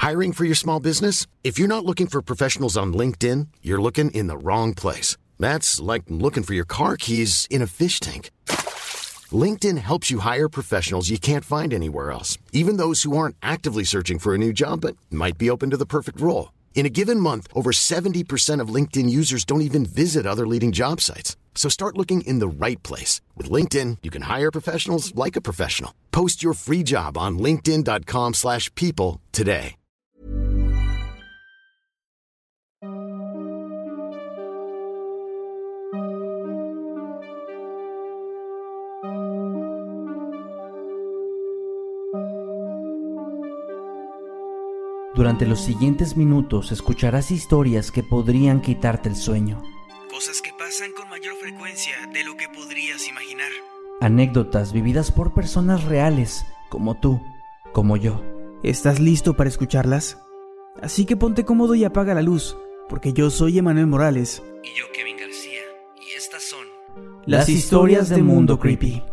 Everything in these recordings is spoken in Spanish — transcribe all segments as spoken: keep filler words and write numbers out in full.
Hiring for your small business? If you're not looking for professionals on LinkedIn, you're looking in the wrong place. That's like looking for your car keys in a fish tank. LinkedIn helps you hire professionals you can't find anywhere else, even those who aren't actively searching for a new job but might be open to the perfect role. In a given month, over seventy percent of LinkedIn users don't even visit other leading job sites. So start looking in the right place. With LinkedIn, you can hire professionals like a professional. Post your free job on linkedin dot com slash people today. Durante los siguientes minutos escucharás historias que podrían quitarte el sueño. Cosas que pasan con mayor frecuencia de lo que podrías imaginar. Anécdotas vividas por personas reales, como tú, como yo. ¿Estás listo para escucharlas? Así que ponte cómodo y apaga la luz, porque yo soy Emanuel Morales. Y yo, Kevin García, y estas son... Las, las historias de Mundo Creepy.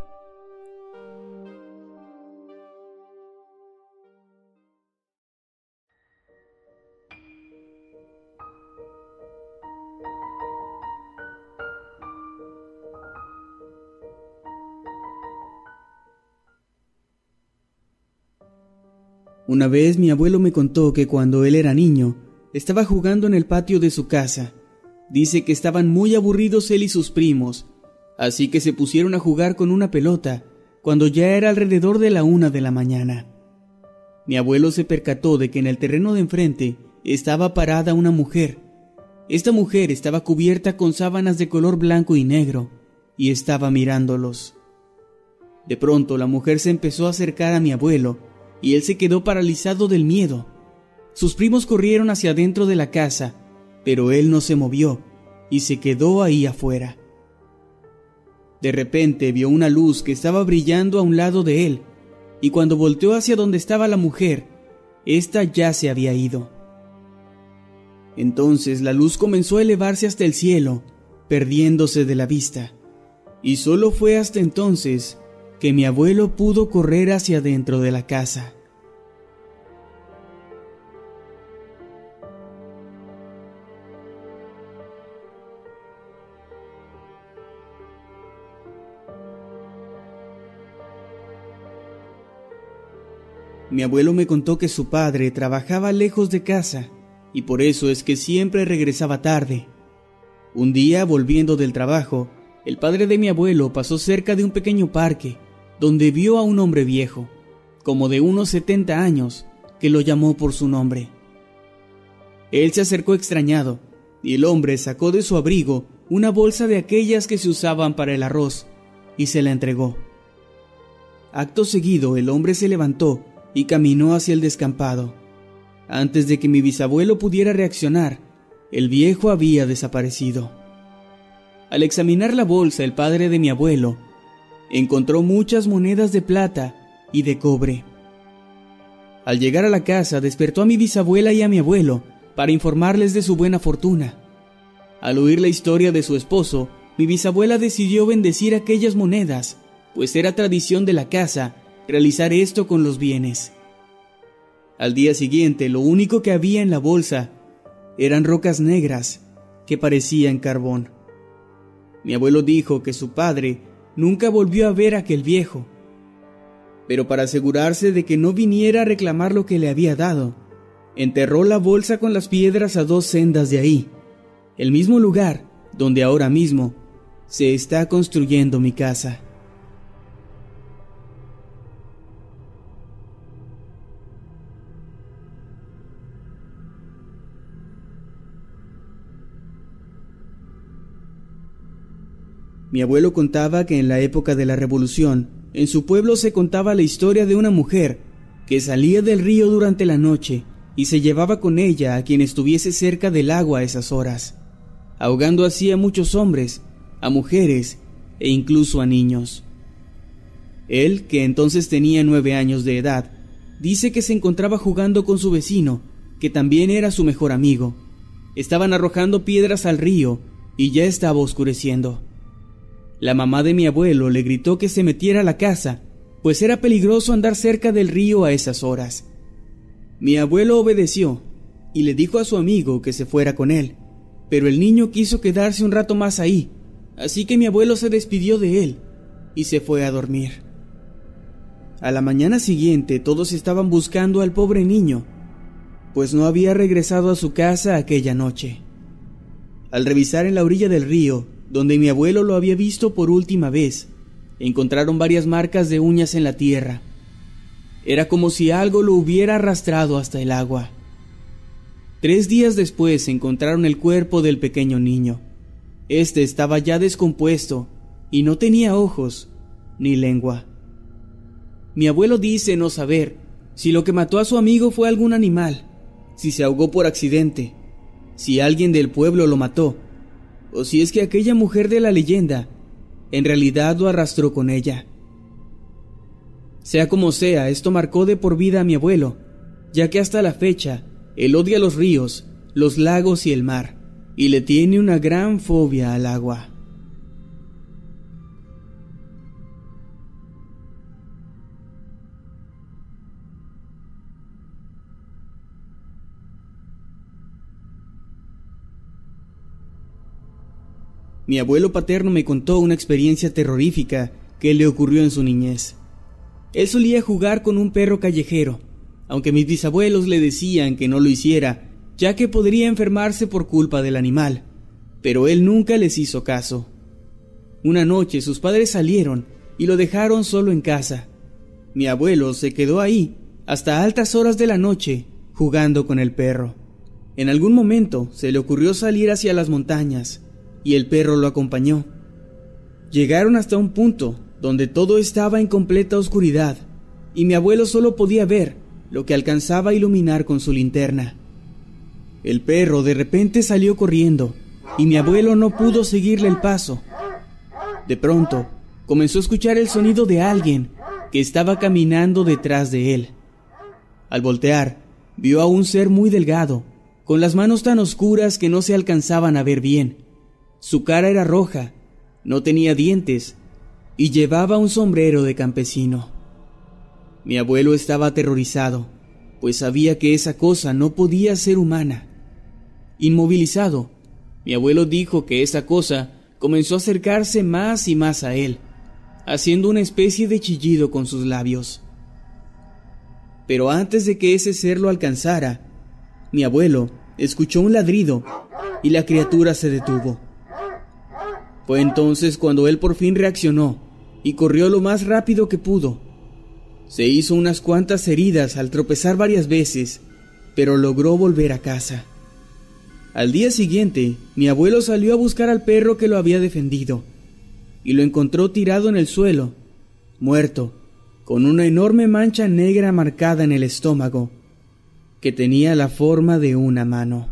Una vez mi abuelo me contó que cuando él era niño, estaba jugando en el patio de su casa. Dice que estaban muy aburridos él y sus primos, así que se pusieron a jugar con una pelota cuando ya era alrededor de la una de la mañana. Mi abuelo se percató de que en el terreno de enfrente estaba parada una mujer. Esta mujer estaba cubierta con sábanas de color blanco y negro y estaba mirándolos. De pronto la mujer se empezó a acercar a mi abuelo y él se quedó paralizado del miedo. Sus primos corrieron hacia adentro de la casa, pero él no se movió y se quedó ahí afuera. De repente vio una luz que estaba brillando a un lado de él, y cuando volteó hacia donde estaba la mujer, ésta ya se había ido. Entonces la luz comenzó a elevarse hasta el cielo, perdiéndose de la vista, y solo fue hasta entonces que mi abuelo pudo correr hacia adentro de la casa. Mi abuelo me contó que su padre trabajaba lejos de casa y por eso es que siempre regresaba tarde. Un día, volviendo del trabajo, el padre de mi abuelo pasó cerca de un pequeño parque donde vio a un hombre viejo, como de unos setenta años, que lo llamó por su nombre. Él se acercó extrañado, y el hombre sacó de su abrigo una bolsa de aquellas que se usaban para el arroz, y se la entregó. Acto seguido, el hombre se levantó y caminó hacia el descampado. Antes de que mi bisabuelo pudiera reaccionar, el viejo había desaparecido. Al examinar la bolsa, el padre de mi abuelo encontró muchas monedas de plata y de cobre. Al llegar a la casa, despertó a mi bisabuela y a mi abuelo para informarles de su buena fortuna. Al oír la historia de su esposo, mi bisabuela decidió bendecir aquellas monedas, pues era tradición de la casa realizar esto con los bienes. Al día siguiente, lo único que había en la bolsa eran rocas negras que parecían carbón. Mi abuelo dijo que su padre nunca volvió a ver a aquel viejo, pero para asegurarse de que no viniera a reclamar lo que le había dado, enterró la bolsa con las piedras a dos sendas de ahí, el mismo lugar donde ahora mismo se está construyendo mi casa. Mi abuelo contaba que en la época de la Revolución, en su pueblo se contaba la historia de una mujer que salía del río durante la noche y se llevaba con ella a quien estuviese cerca del agua a esas horas, ahogando así a muchos hombres, a mujeres e incluso a niños. Él, que entonces tenía nueve años de edad, dice que se encontraba jugando con su vecino, que también era su mejor amigo. Estaban arrojando piedras al río y ya estaba oscureciendo. La mamá de mi abuelo le gritó que se metiera a la casa, pues era peligroso andar cerca del río a esas horas. Mi abuelo obedeció y le dijo a su amigo que se fuera con él, pero el niño quiso quedarse un rato más ahí, así que mi abuelo se despidió de él y se fue a dormir. A la mañana siguiente todos estaban buscando al pobre niño, pues no había regresado a su casa aquella noche. Al revisar en la orilla del río, donde mi abuelo lo había visto por última vez, encontraron varias marcas de uñas en la tierra. Era como si algo lo hubiera arrastrado hasta el agua. Tres días después encontraron el cuerpo del pequeño niño. Este estaba ya descompuesto y no tenía ojos ni lengua. Mi abuelo dice no saber si lo que mató a su amigo fue algún animal, si se ahogó por accidente, si alguien del pueblo lo mató, o si es que aquella mujer de la leyenda en realidad lo arrastró con ella. Sea como sea, esto marcó de por vida a mi abuelo, ya que hasta la fecha él odia los ríos, los lagos y el mar, y le tiene una gran fobia al agua. Mi abuelo paterno me contó una experiencia terrorífica que le ocurrió en su niñez. Él solía jugar con un perro callejero, aunque mis bisabuelos le decían que no lo hiciera, ya que podría enfermarse por culpa del animal, pero él nunca les hizo caso. Una noche sus padres salieron y lo dejaron solo en casa. Mi abuelo se quedó ahí hasta altas horas de la noche jugando con el perro. En algún momento se le ocurrió salir hacia las montañas y el perro lo acompañó. Llegaron hasta un punto donde todo estaba en completa oscuridad y mi abuelo solo podía ver lo que alcanzaba a iluminar con su linterna. El perro de repente salió corriendo y mi abuelo no pudo seguirle el paso. De pronto, comenzó a escuchar el sonido de alguien que estaba caminando detrás de él. Al voltear, vio a un ser muy delgado, con las manos tan oscuras que no se alcanzaban a ver bien. Su cara era roja, no tenía dientes y llevaba un sombrero de campesino. Mi abuelo estaba aterrorizado, pues sabía que esa cosa no podía ser humana. Inmovilizado, mi abuelo dijo que esa cosa comenzó a acercarse más y más a él, haciendo una especie de chillido con sus labios. Pero antes de que ese ser lo alcanzara, mi abuelo escuchó un ladrido y la criatura se detuvo. Fue entonces cuando él por fin reaccionó y corrió lo más rápido que pudo. Se hizo unas cuantas heridas al tropezar varias veces, pero logró volver a casa. Al día siguiente, mi abuelo salió a buscar al perro que lo había defendido y lo encontró tirado en el suelo, muerto, con una enorme mancha negra marcada en el estómago, que tenía la forma de una mano.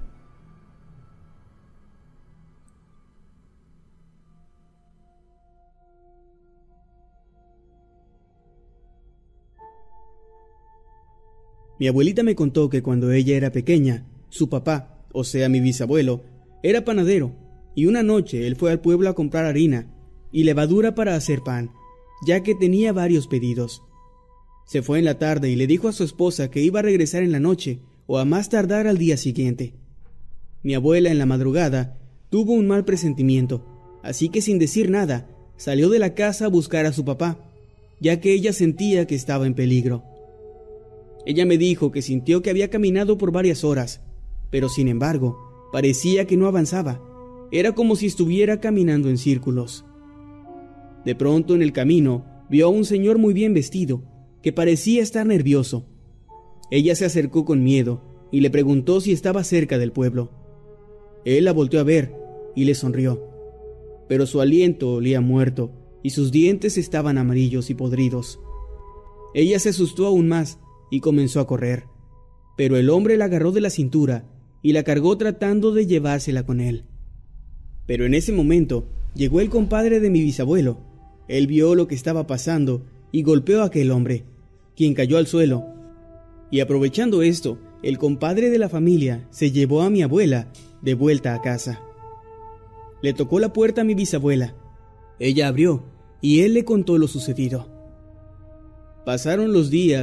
Mi abuelita me contó que cuando ella era pequeña, su papá, o sea mi bisabuelo, era panadero, y una noche él fue al pueblo a comprar harina y levadura para hacer pan, ya que tenía varios pedidos. Se fue en la tarde y le dijo a su esposa que iba a regresar en la noche o a más tardar al día siguiente. Mi abuela en la madrugada tuvo un mal presentimiento, así que sin decir nada salió de la casa a buscar a su papá, ya que ella sentía que estaba en peligro. Ella me dijo que sintió que había caminado por varias horas, pero sin embargo, parecía que no avanzaba. Era como si estuviera caminando en círculos. De pronto en el camino vio a un señor muy bien vestido, que parecía estar nervioso. Ella se acercó con miedo y le preguntó si estaba cerca del pueblo. Él la volteó a ver y le sonrió, pero su aliento olía muerto y sus dientes estaban amarillos y podridos. Ella se asustó aún más y comenzó a correr, pero el hombre la agarró de la cintura y la cargó tratando de llevársela con él. Pero en ese momento llegó el compadre de mi bisabuelo. Él vio lo que estaba pasando y golpeó a aquel hombre, quien cayó al suelo. Y aprovechando esto, el compadre de la familia se llevó a mi abuela de vuelta a casa. Le tocó la puerta a mi bisabuela. Ella abrió y él le contó lo sucedido. Pasaron los días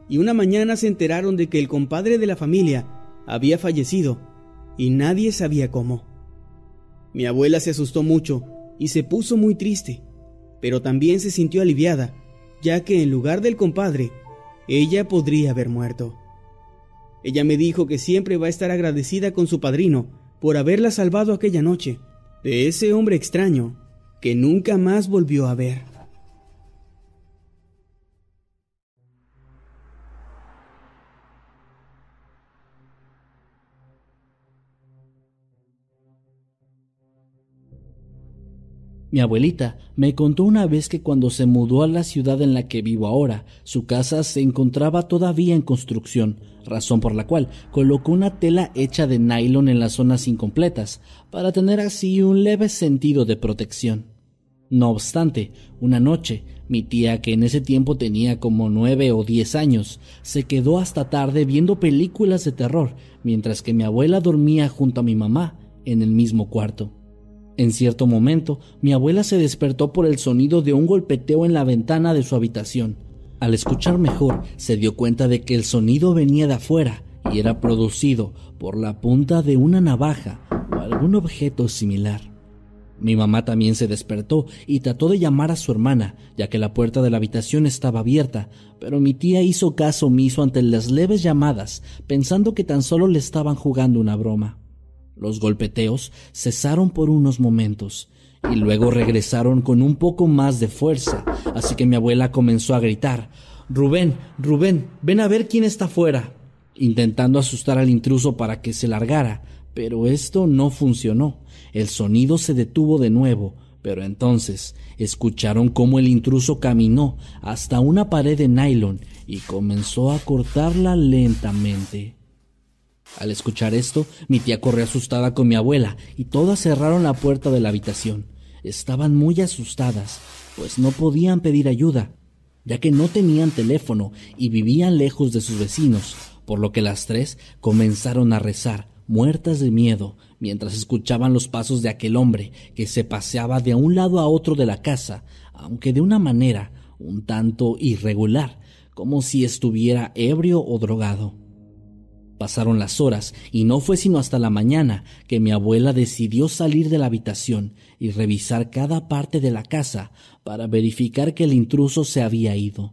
y una mañana se enteraron de que el compadre de la familia había fallecido y nadie sabía cómo. Mi abuela se asustó mucho y se puso muy triste, pero también se sintió aliviada, ya que en lugar del compadre, ella podría haber muerto. Ella me dijo que siempre va a estar agradecida con su padrino por haberla salvado aquella noche de ese hombre extraño que nunca más volvió a ver. Mi abuelita me contó una vez que cuando se mudó a la ciudad en la que vivo ahora, su casa se encontraba todavía en construcción, razón por la cual colocó una tela hecha de nylon en las zonas incompletas, para tener así un leve sentido de protección. No obstante, una noche, mi tía, que en ese tiempo tenía como nueve o diez años, se quedó hasta tarde viendo películas de terror, mientras que mi abuela dormía junto a mi mamá en el mismo cuarto. En cierto momento, mi abuela se despertó por el sonido de un golpeteo en la ventana de su habitación. Al escuchar mejor, se dio cuenta de que el sonido venía de afuera y era producido por la punta de una navaja o algún objeto similar. Mi mamá también se despertó y trató de llamar a su hermana, ya que la puerta de la habitación estaba abierta, pero mi tía hizo caso omiso ante las leves llamadas, pensando que tan solo le estaban jugando una broma. Los golpeteos cesaron por unos momentos y luego regresaron con un poco más de fuerza, así que mi abuela comenzó a gritar: «Rubén, Rubén, ven a ver quién está afuera», intentando asustar al intruso para que se largara, pero esto no funcionó. El sonido se detuvo de nuevo, pero entonces escucharon cómo el intruso caminó hasta una pared de nylon y comenzó a cortarla lentamente. Al escuchar esto, mi tía corrió asustada con mi abuela y todas cerraron la puerta de la habitación. Estaban muy asustadas, pues no podían pedir ayuda, ya que no tenían teléfono y vivían lejos de sus vecinos, por lo que las tres comenzaron a rezar, muertas de miedo, mientras escuchaban los pasos de aquel hombre que se paseaba de un lado a otro de la casa, aunque de una manera un tanto irregular, como si estuviera ebrio o drogado. Pasaron las horas y no fue sino hasta la mañana que mi abuela decidió salir de la habitación y revisar cada parte de la casa para verificar que el intruso se había ido.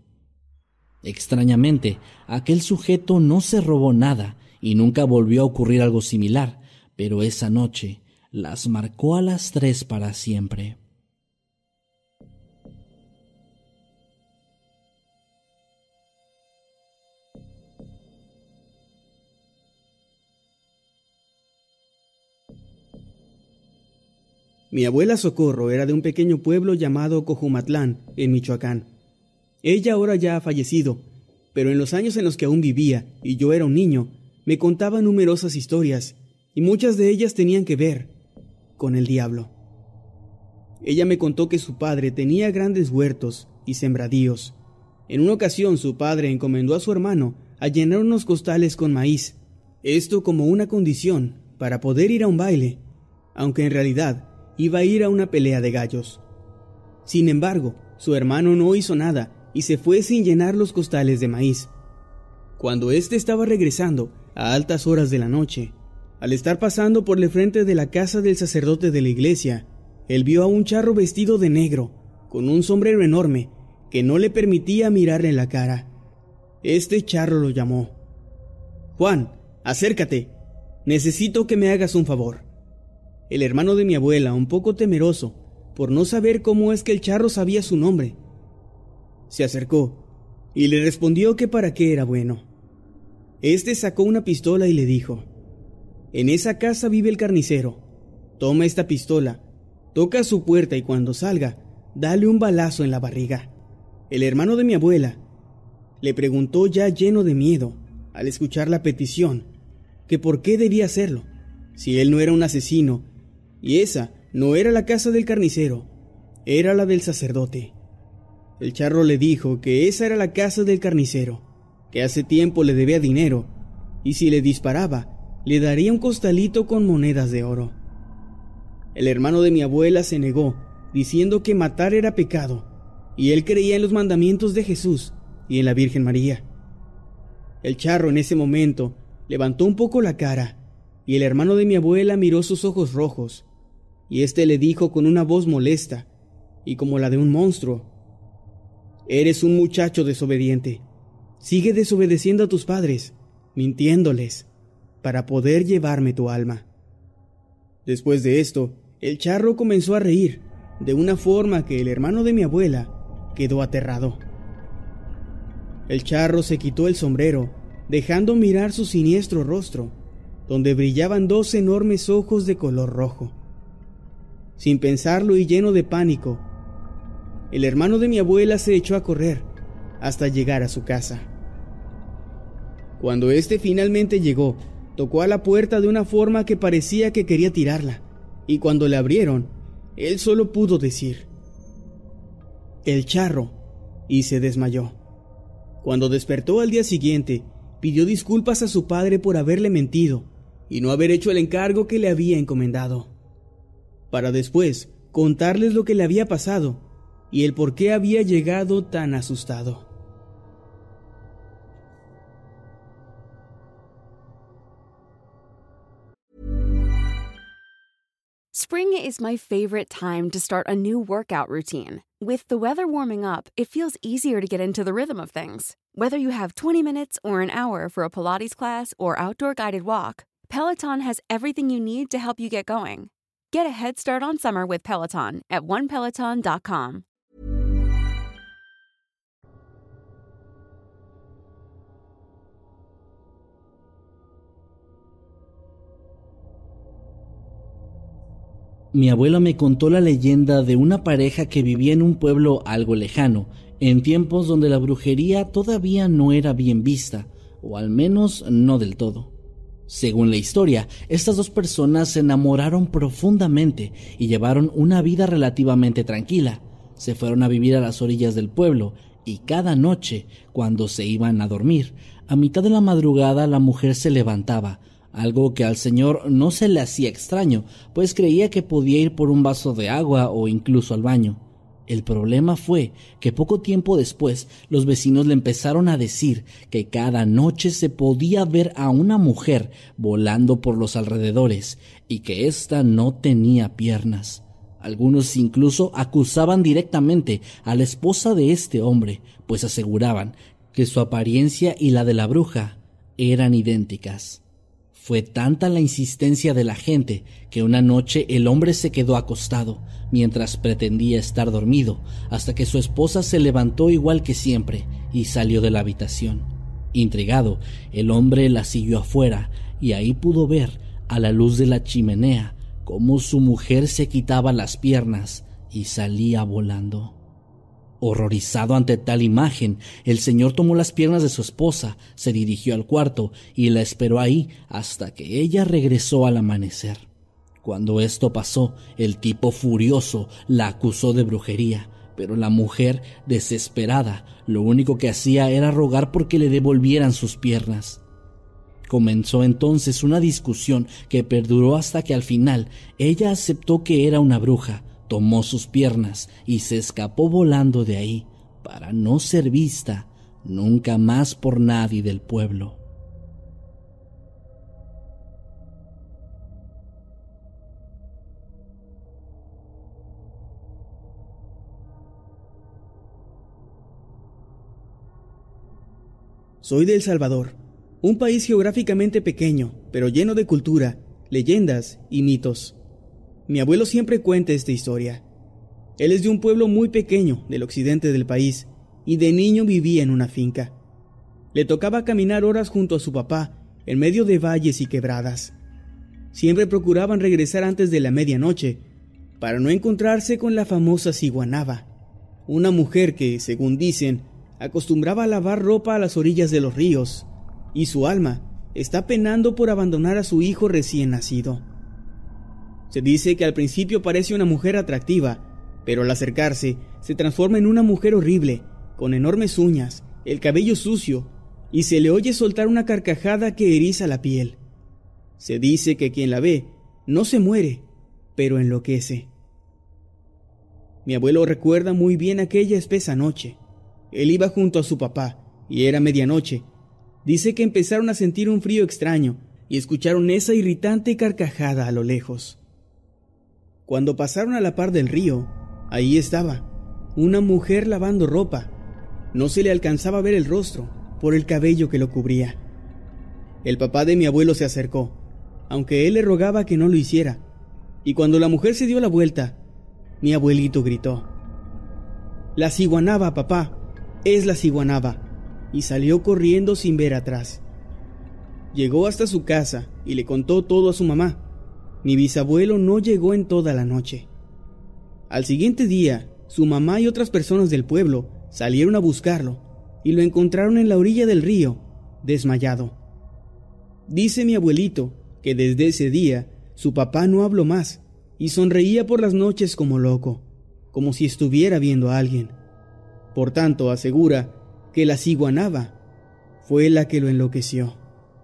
Extrañamente, aquel sujeto no se robó nada y nunca volvió a ocurrir algo similar, pero esa noche las marcó a las tres para siempre. Mi abuela Socorro era de un pequeño pueblo llamado Cojumatlán, en Michoacán. Ella ahora ya ha fallecido, pero en los años en los que aún vivía y yo era un niño, me contaba numerosas historias, y muchas de ellas tenían que ver con el diablo. Ella me contó que su padre tenía grandes huertos y sembradíos. En una ocasión su padre encomendó a su hermano a llenar unos costales con maíz, esto como una condición para poder ir a un baile, aunque en realidad iba a ir a una pelea de gallos. Sin embargo, su hermano no hizo nada y se fue sin llenar los costales de maíz. Cuando éste estaba regresando a altas horas de la noche, al estar pasando por el frente de la casa del sacerdote de la iglesia, él vio a un charro vestido de negro, con un sombrero enorme que no le permitía mirarle en la cara. Este charro lo llamó: «Juan, acércate, necesito que me hagas un favor». El hermano de mi abuela, un poco temeroso, por no saber cómo es que el charro sabía su nombre, se acercó y le respondió que para qué era bueno. Este sacó una pistola y le dijo: «En esa casa vive el carnicero. Toma esta pistola, toca su puerta y cuando salga, dale un balazo en la barriga». El hermano de mi abuela le preguntó, ya lleno de miedo, al escuchar la petición, que por qué debía hacerlo, si él no era un asesino, y esa no era la casa del carnicero, era la del sacerdote. El charro le dijo que esa era la casa del carnicero, que hace tiempo le debía dinero, y si le disparaba, le daría un costalito con monedas de oro. El hermano de mi abuela se negó, diciendo que matar era pecado, y él creía en los mandamientos de Jesús y en la Virgen María. El charro en ese momento levantó un poco la cara y el hermano de mi abuela miró sus ojos rojos y éste le dijo con una voz molesta y como la de un monstruo: «Eres un muchacho desobediente. Sigue desobedeciendo a tus padres, mintiéndoles, para poder llevarme tu alma». Después de esto, el charro comenzó a reír de una forma que el hermano de mi abuela quedó aterrado. El charro se quitó el sombrero, dejando mirar su siniestro rostro, donde brillaban dos enormes ojos de color rojo. Sin pensarlo y lleno de pánico, el hermano de mi abuela se echó a correr hasta llegar a su casa. Cuando éste finalmente llegó, tocó a la puerta de una forma que parecía que quería tirarla, y cuando le abrieron, él solo pudo decir: «El charro», y se desmayó. Cuando despertó al día siguiente, pidió disculpas a su padre por haberle mentido y no haber hecho el encargo que le había encomendado, para después contarles lo que le había pasado y el por qué había llegado tan asustado. Spring is my favorite time to start a new workout routine. With the weather warming up, it feels easier to get into the rhythm of things. Whether you have twenty minutes or an hour for a Pilates class or outdoor guided walk, Peloton has everything you need to help you get going. Get a head start on summer with Peloton at one peloton dot com. Mi abuela me contó la leyenda de una pareja que vivía en un pueblo algo lejano, en tiempos donde la brujería todavía no era bien vista, o al menos no del todo. Según la historia, estas dos personas se enamoraron profundamente y llevaron una vida relativamente tranquila. Se fueron a vivir a las orillas del pueblo y cada noche, cuando se iban a dormir, a mitad de la madrugada la mujer se levantaba, algo que al señor no se le hacía extraño, pues creía que podía ir por un vaso de agua o incluso al baño. El problema fue que poco tiempo después los vecinos le empezaron a decir que cada noche se podía ver a una mujer volando por los alrededores y que ésta no tenía piernas. Algunos incluso acusaban directamente a la esposa de este hombre, pues aseguraban que su apariencia y la de la bruja eran idénticas. Fue tanta la insistencia de la gente que una noche el hombre se quedó acostado mientras pretendía estar dormido, hasta que su esposa se levantó igual que siempre y salió de la habitación. Intrigado, el hombre la siguió afuera y ahí pudo ver, a la luz de la chimenea, cómo su mujer se quitaba las piernas y salía volando. Horrorizado ante tal imagen, el señor tomó las piernas de su esposa, se dirigió al cuarto y la esperó ahí hasta que ella regresó al amanecer. Cuando esto pasó, el tipo furioso la acusó de brujería, pero la mujer, desesperada, lo único que hacía era rogar porque le devolvieran sus piernas. Comenzó entonces una discusión que perduró hasta que al final ella aceptó que era una bruja, tomó sus piernas y se escapó volando de ahí para no ser vista nunca más por nadie del pueblo. Soy de El Salvador, un país geográficamente pequeño, pero lleno de cultura, leyendas y mitos. Mi abuelo siempre cuenta esta historia. Él es de un pueblo muy pequeño del occidente del país y de niño vivía en una finca. Le tocaba caminar horas junto a su papá en medio de valles y quebradas. Siempre procuraban regresar antes de la medianoche para no encontrarse con la famosa ciguanaba, una mujer que, según dicen, acostumbraba a lavar ropa a las orillas de los ríos y su alma está penando por abandonar a su hijo recién nacido. Se dice que al principio parece una mujer atractiva, pero al acercarse se transforma en una mujer horrible, con enormes uñas, el cabello sucio, y se le oye soltar una carcajada que eriza la piel. Se dice que quien la ve no se muere, pero enloquece. Mi abuelo recuerda muy bien aquella espesa noche. Él iba junto a su papá, y era medianoche. Dice que empezaron a sentir un frío extraño y escucharon esa irritante carcajada a lo lejos. Cuando pasaron a la par del río, ahí estaba, una mujer lavando ropa. No se le alcanzaba a ver el rostro por el cabello que lo cubría. El papá de mi abuelo se acercó, aunque él le rogaba que no lo hiciera, y cuando la mujer se dio la vuelta, mi abuelito gritó: «La ciguanaba, papá, es la ciguanaba», y salió corriendo sin ver atrás. Llegó hasta su casa y le contó todo a su mamá. Mi bisabuelo no llegó en toda la noche. Al siguiente día, su mamá y otras personas del pueblo salieron a buscarlo y lo encontraron en la orilla del río, desmayado. Dice mi abuelito que desde ese día su papá no habló más y sonreía por las noches como loco, como si estuviera viendo a alguien. Por tanto, asegura que la ciguanaba fue la que lo enloqueció.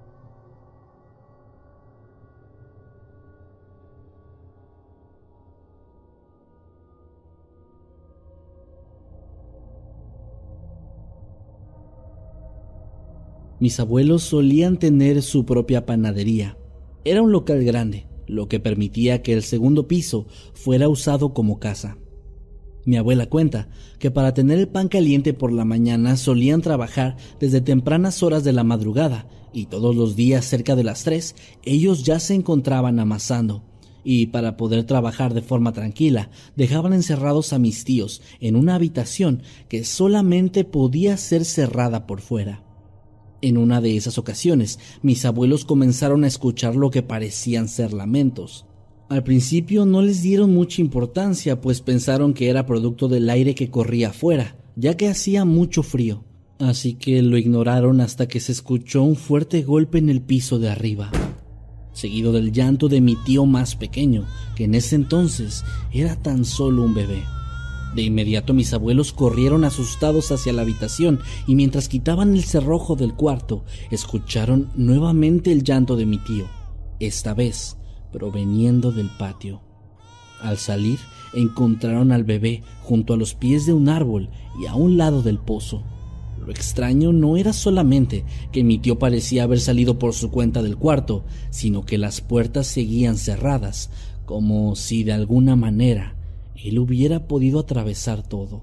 Mis abuelos solían tener su propia panadería. Era un local grande, lo que permitía que el segundo piso fuera usado como casa. Mi abuela cuenta que para tener el pan caliente por la mañana solían trabajar desde tempranas horas de la madrugada y todos los días cerca de las tres ellos ya se encontraban amasando. Y para poder trabajar de forma tranquila dejaban encerrados a mis tíos en una habitación que solamente podía ser cerrada por fuera. En una de esas ocasiones, mis abuelos comenzaron a escuchar lo que parecían ser lamentos. Al principio no les dieron mucha importancia, pues pensaron que era producto del aire que corría afuera, ya que hacía mucho frío. Así que lo ignoraron hasta que se escuchó un fuerte golpe en el piso de arriba, seguido del llanto de mi tío más pequeño, que en ese entonces era tan solo un bebé. De inmediato mis abuelos corrieron asustados hacia la habitación y mientras quitaban el cerrojo del cuarto, escucharon nuevamente el llanto de mi tío, esta vez proveniendo del patio. Al salir, encontraron al bebé junto a los pies de un árbol y a un lado del pozo. Lo extraño no era solamente que mi tío parecía haber salido por su cuenta del cuarto, sino que las puertas seguían cerradas, como si de alguna manera él hubiera podido atravesar todo.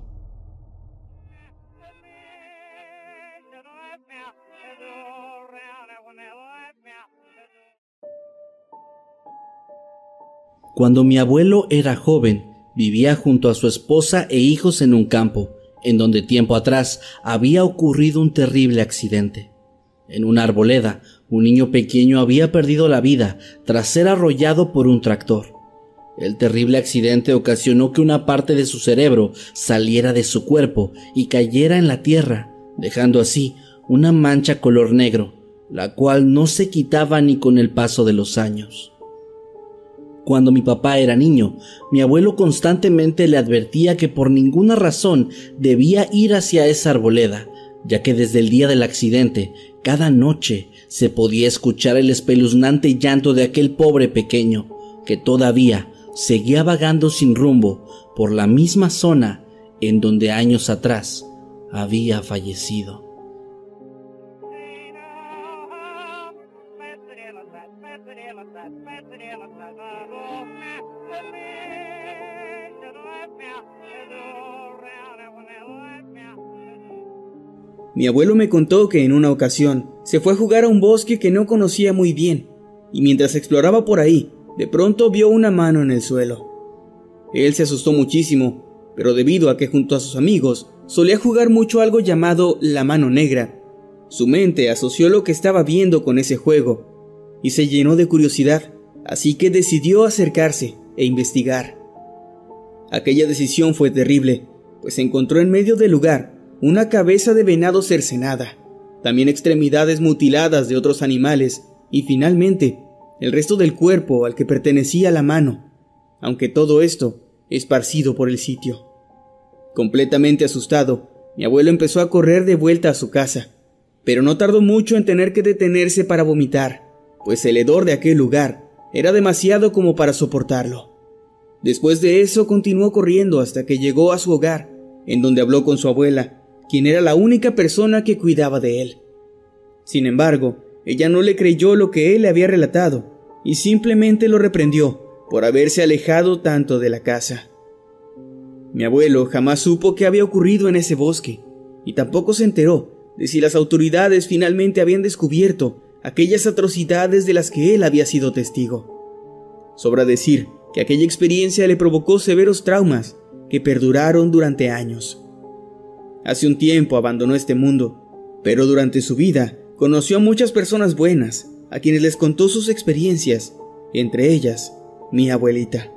Cuando mi abuelo era joven, vivía junto a su esposa e hijos en un campo, en donde tiempo atrás había ocurrido un terrible accidente. En una arboleda, un niño pequeño había perdido la vida tras ser arrollado por un tractor. El terrible accidente ocasionó que una parte de su cerebro saliera de su cuerpo y cayera en la tierra, dejando así una mancha color negro, la cual no se quitaba ni con el paso de los años. Cuando mi papá era niño, mi abuelo constantemente le advertía que por ninguna razón debía ir hacia esa arboleda, ya que desde el día del accidente, cada noche se podía escuchar el espeluznante llanto de aquel pobre pequeño, que todavía seguía vagando sin rumbo por la misma zona en donde años atrás había fallecido. Mi abuelo me contó que en una ocasión se fue a jugar a un bosque que no conocía muy bien, y mientras exploraba por ahí, de pronto vio una mano en el suelo. Él se asustó muchísimo, pero debido a que junto a sus amigos solía jugar mucho algo llamado la mano negra, su mente asoció lo que estaba viendo con ese juego y se llenó de curiosidad, así que decidió acercarse e investigar. Aquella decisión fue terrible, pues encontró en medio del lugar una cabeza de venado cercenada, también extremidades mutiladas de otros animales y finalmente el resto del cuerpo al que pertenecía la mano, aunque todo esto esparcido por el sitio. Completamente asustado, mi abuelo empezó a correr de vuelta a su casa, pero no tardó mucho en tener que detenerse para vomitar, pues el hedor de aquel lugar era demasiado como para soportarlo. Después de eso continuó corriendo hasta que llegó a su hogar, en donde habló con su abuela, quien era la única persona que cuidaba de él. Sin embargo, ella no le creyó lo que él le había relatado y simplemente lo reprendió por haberse alejado tanto de la casa. Mi abuelo jamás supo qué había ocurrido en ese bosque y tampoco se enteró de si las autoridades finalmente habían descubierto aquellas atrocidades de las que él había sido testigo. Sobra decir que aquella experiencia le provocó severos traumas que perduraron durante años. Hace un tiempo abandonó este mundo, pero durante su vida conoció a muchas personas buenas, a quienes les contó sus experiencias, entre ellas, mi abuelita.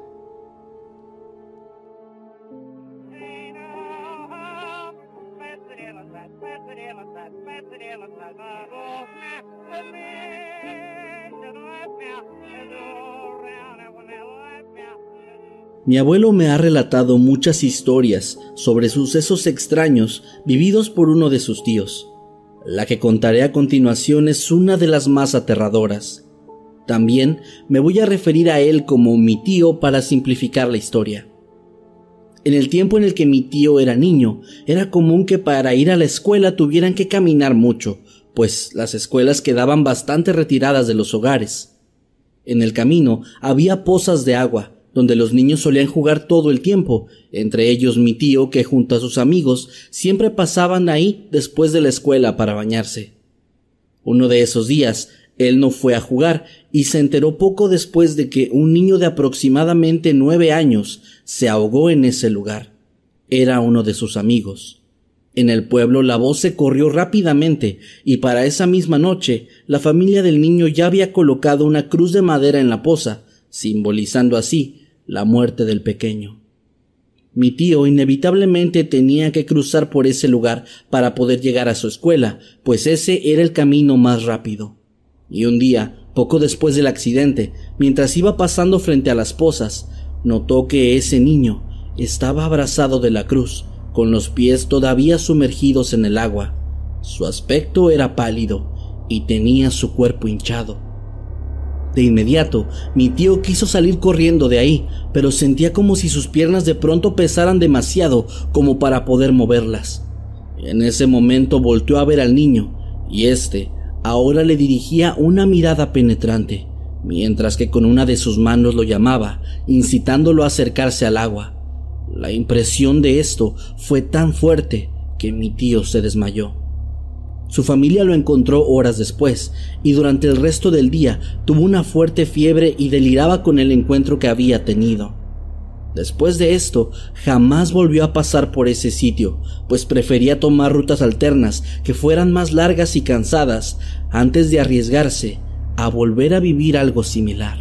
Mi abuelo me ha relatado muchas historias sobre sucesos extraños vividos por uno de sus tíos. La que contaré a continuación es una de las más aterradoras. También me voy a referir a él como mi tío para simplificar la historia. En el tiempo en el que mi tío era niño, era común que para ir a la escuela tuvieran que caminar mucho, pues las escuelas quedaban bastante retiradas de los hogares. En el camino había pozas de agua, donde los niños solían jugar todo el tiempo, entre ellos mi tío que junto a sus amigos siempre pasaban ahí después de la escuela para bañarse. Uno de esos días, él no fue a jugar y se enteró poco después de que un niño de aproximadamente nueve años se ahogó en ese lugar. Era uno de sus amigos. En el pueblo la voz se corrió rápidamente y para esa misma noche la familia del niño ya había colocado una cruz de madera en la poza, simbolizando así la muerte del pequeño. Mi tío inevitablemente tenía que cruzar por ese lugar para poder llegar a su escuela, pues ese era el camino más rápido. Y un día, poco después del accidente, mientras iba pasando frente a las pozas, notó que ese niño estaba abrazado de la cruz, con los pies todavía sumergidos en el agua. Su aspecto era pálido y tenía su cuerpo hinchado. De inmediato, mi tío quiso salir corriendo de ahí, pero sentía como si sus piernas de pronto pesaran demasiado como para poder moverlas. En ese momento volteó a ver al niño, y éste ahora le dirigía una mirada penetrante, mientras que con una de sus manos lo llamaba, incitándolo a acercarse al agua. La impresión de esto fue tan fuerte que mi tío se desmayó. Su familia lo encontró horas después, y durante el resto del día tuvo una fuerte fiebre y deliraba con el encuentro que había tenido. Después de esto, jamás volvió a pasar por ese sitio, pues prefería tomar rutas alternas que fueran más largas y cansadas antes de arriesgarse a volver a vivir algo similar.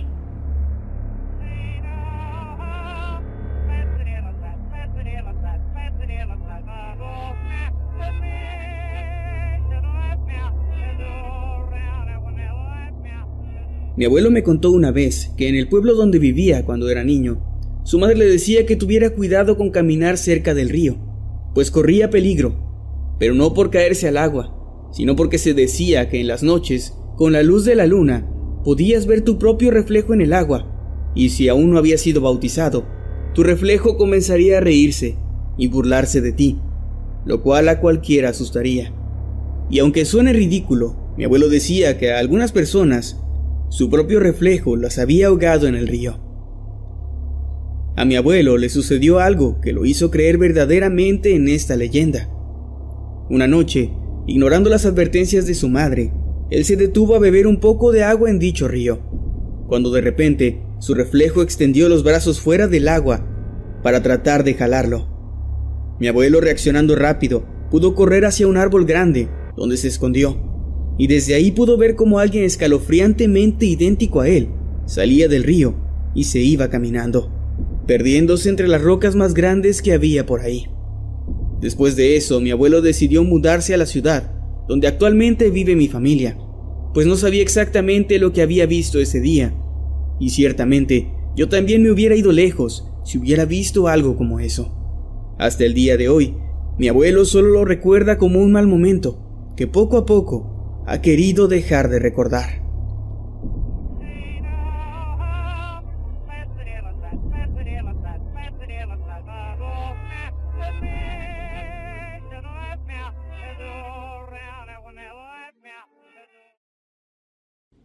Mi abuelo me contó una vez que en el pueblo donde vivía cuando era niño, su madre le decía que tuviera cuidado con caminar cerca del río, pues corría peligro, pero no por caerse al agua, sino porque se decía que en las noches, con la luz de la luna, podías ver tu propio reflejo en el agua, y si aún no habías sido bautizado, tu reflejo comenzaría a reírse y burlarse de ti, lo cual a cualquiera asustaría. Y aunque suene ridículo, mi abuelo decía que a algunas personas su propio reflejo las había ahogado en el río. A mi abuelo le sucedió algo que lo hizo creer verdaderamente en esta leyenda. Una noche, ignorando las advertencias de su madre, él se detuvo a beber un poco de agua en dicho río, cuando de repente su reflejo extendió los brazos fuera del agua para tratar de jalarlo. Mi abuelo, reaccionando rápido, pudo correr hacia un árbol grande, donde se escondió, y desde ahí pudo ver cómo alguien escalofriantemente idéntico a él salía del río y se iba caminando, perdiéndose entre las rocas más grandes que había por ahí. Después de eso, mi abuelo decidió mudarse a la ciudad, donde actualmente vive mi familia, pues no sabía exactamente lo que había visto ese día, y ciertamente yo también me hubiera ido lejos si hubiera visto algo como eso. Hasta el día de hoy, mi abuelo solo lo recuerda como un mal momento, que poco a poco ha querido dejar de recordar.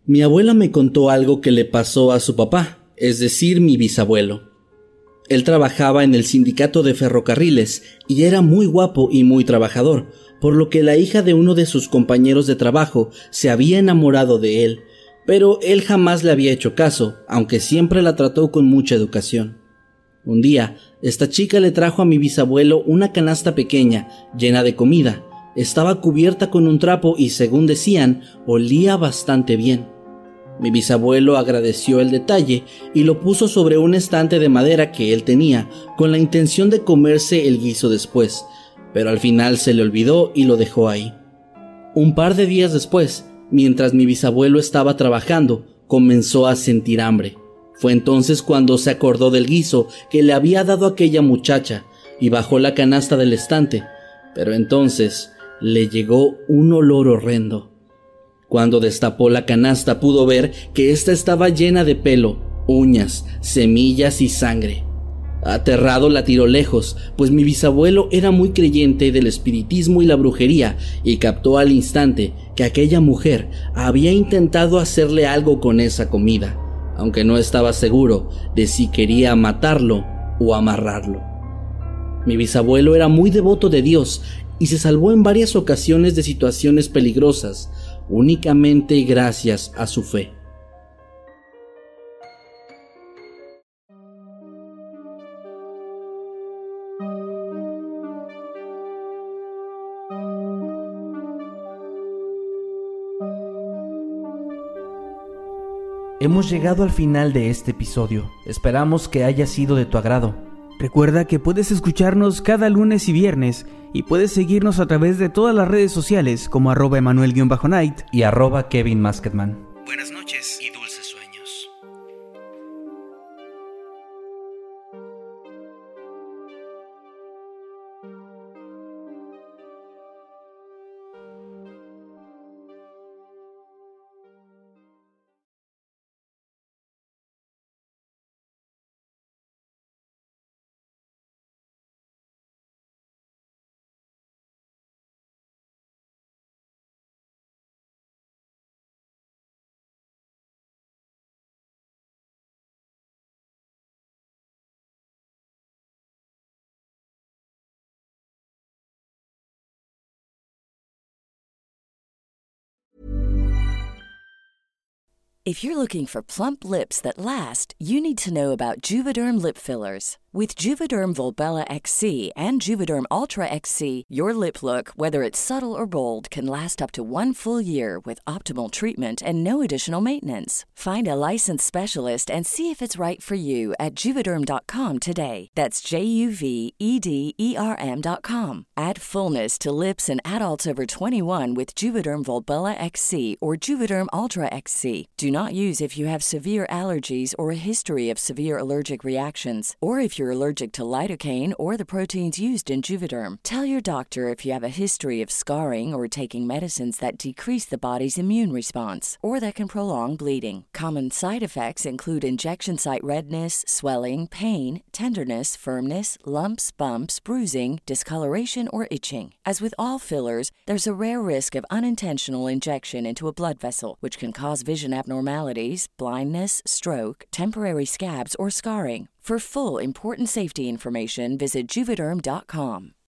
Mi abuela me contó algo que le pasó a su papá, es decir, mi bisabuelo. Él trabajaba en el sindicato de ferrocarriles y era muy guapo y muy trabajador, por lo que la hija de uno de sus compañeros de trabajo se había enamorado de él, pero él jamás le había hecho caso, aunque siempre la trató con mucha educación. Un día, esta chica le trajo a mi bisabuelo una canasta pequeña, llena de comida. Estaba cubierta con un trapo y, según decían, olía bastante bien. Mi bisabuelo agradeció el detalle y lo puso sobre un estante de madera que él tenía, con la intención de comerse el guiso después, pero al final se le olvidó y lo dejó ahí. Un par de días después, mientras mi bisabuelo estaba trabajando, comenzó a sentir hambre. Fue entonces cuando se acordó del guiso que le había dado aquella muchacha y bajó la canasta del estante, pero entonces le llegó un olor horrendo. Cuando destapó la canasta pudo ver que ésta estaba llena de pelo, uñas, semillas y sangre. Aterrado la tiró lejos, pues mi bisabuelo era muy creyente del espiritismo y la brujería y captó al instante que aquella mujer había intentado hacerle algo con esa comida, aunque no estaba seguro de si quería matarlo o amarrarlo. Mi bisabuelo era muy devoto de Dios y se salvó en varias ocasiones de situaciones peligrosas, únicamente gracias a su fe. Hemos llegado al final de este episodio. Esperamos que haya sido de tu agrado. Recuerda que puedes escucharnos cada lunes y viernes y puedes seguirnos a través de todas las redes sociales como arroba Emanuel-Night y arroba Kevin Masketman. Buenas noches y dulces sueños. If you're looking for plump lips that last, you need to know about Juvederm lip fillers. With Juvederm Volbella X C and Juvederm Ultra X C, your lip look, whether it's subtle or bold, can last up to one full year with optimal treatment and no additional maintenance. Find a licensed specialist and see if it's right for you at Juvederm dot com today. That's J U V E D E R M dot com. Add fullness to lips in adults over twenty-one with Juvederm Volbella X C or Juvederm Ultra X C. Do not use if you have severe allergies or a history of severe allergic reactions, or if you're allergic to lidocaine or the proteins used in Juvederm. Tell your doctor if you have a history of scarring or taking medicines that decrease the body's immune response or that can prolong bleeding. Common side effects include injection site redness, swelling, pain, tenderness, firmness, lumps, bumps, bruising, discoloration, or itching. As with all fillers, there's a rare risk of unintentional injection into a blood vessel, which can cause vision abnormalities, blindness, stroke, temporary scabs, or scarring. For full important safety information, visit Juvederm dot com.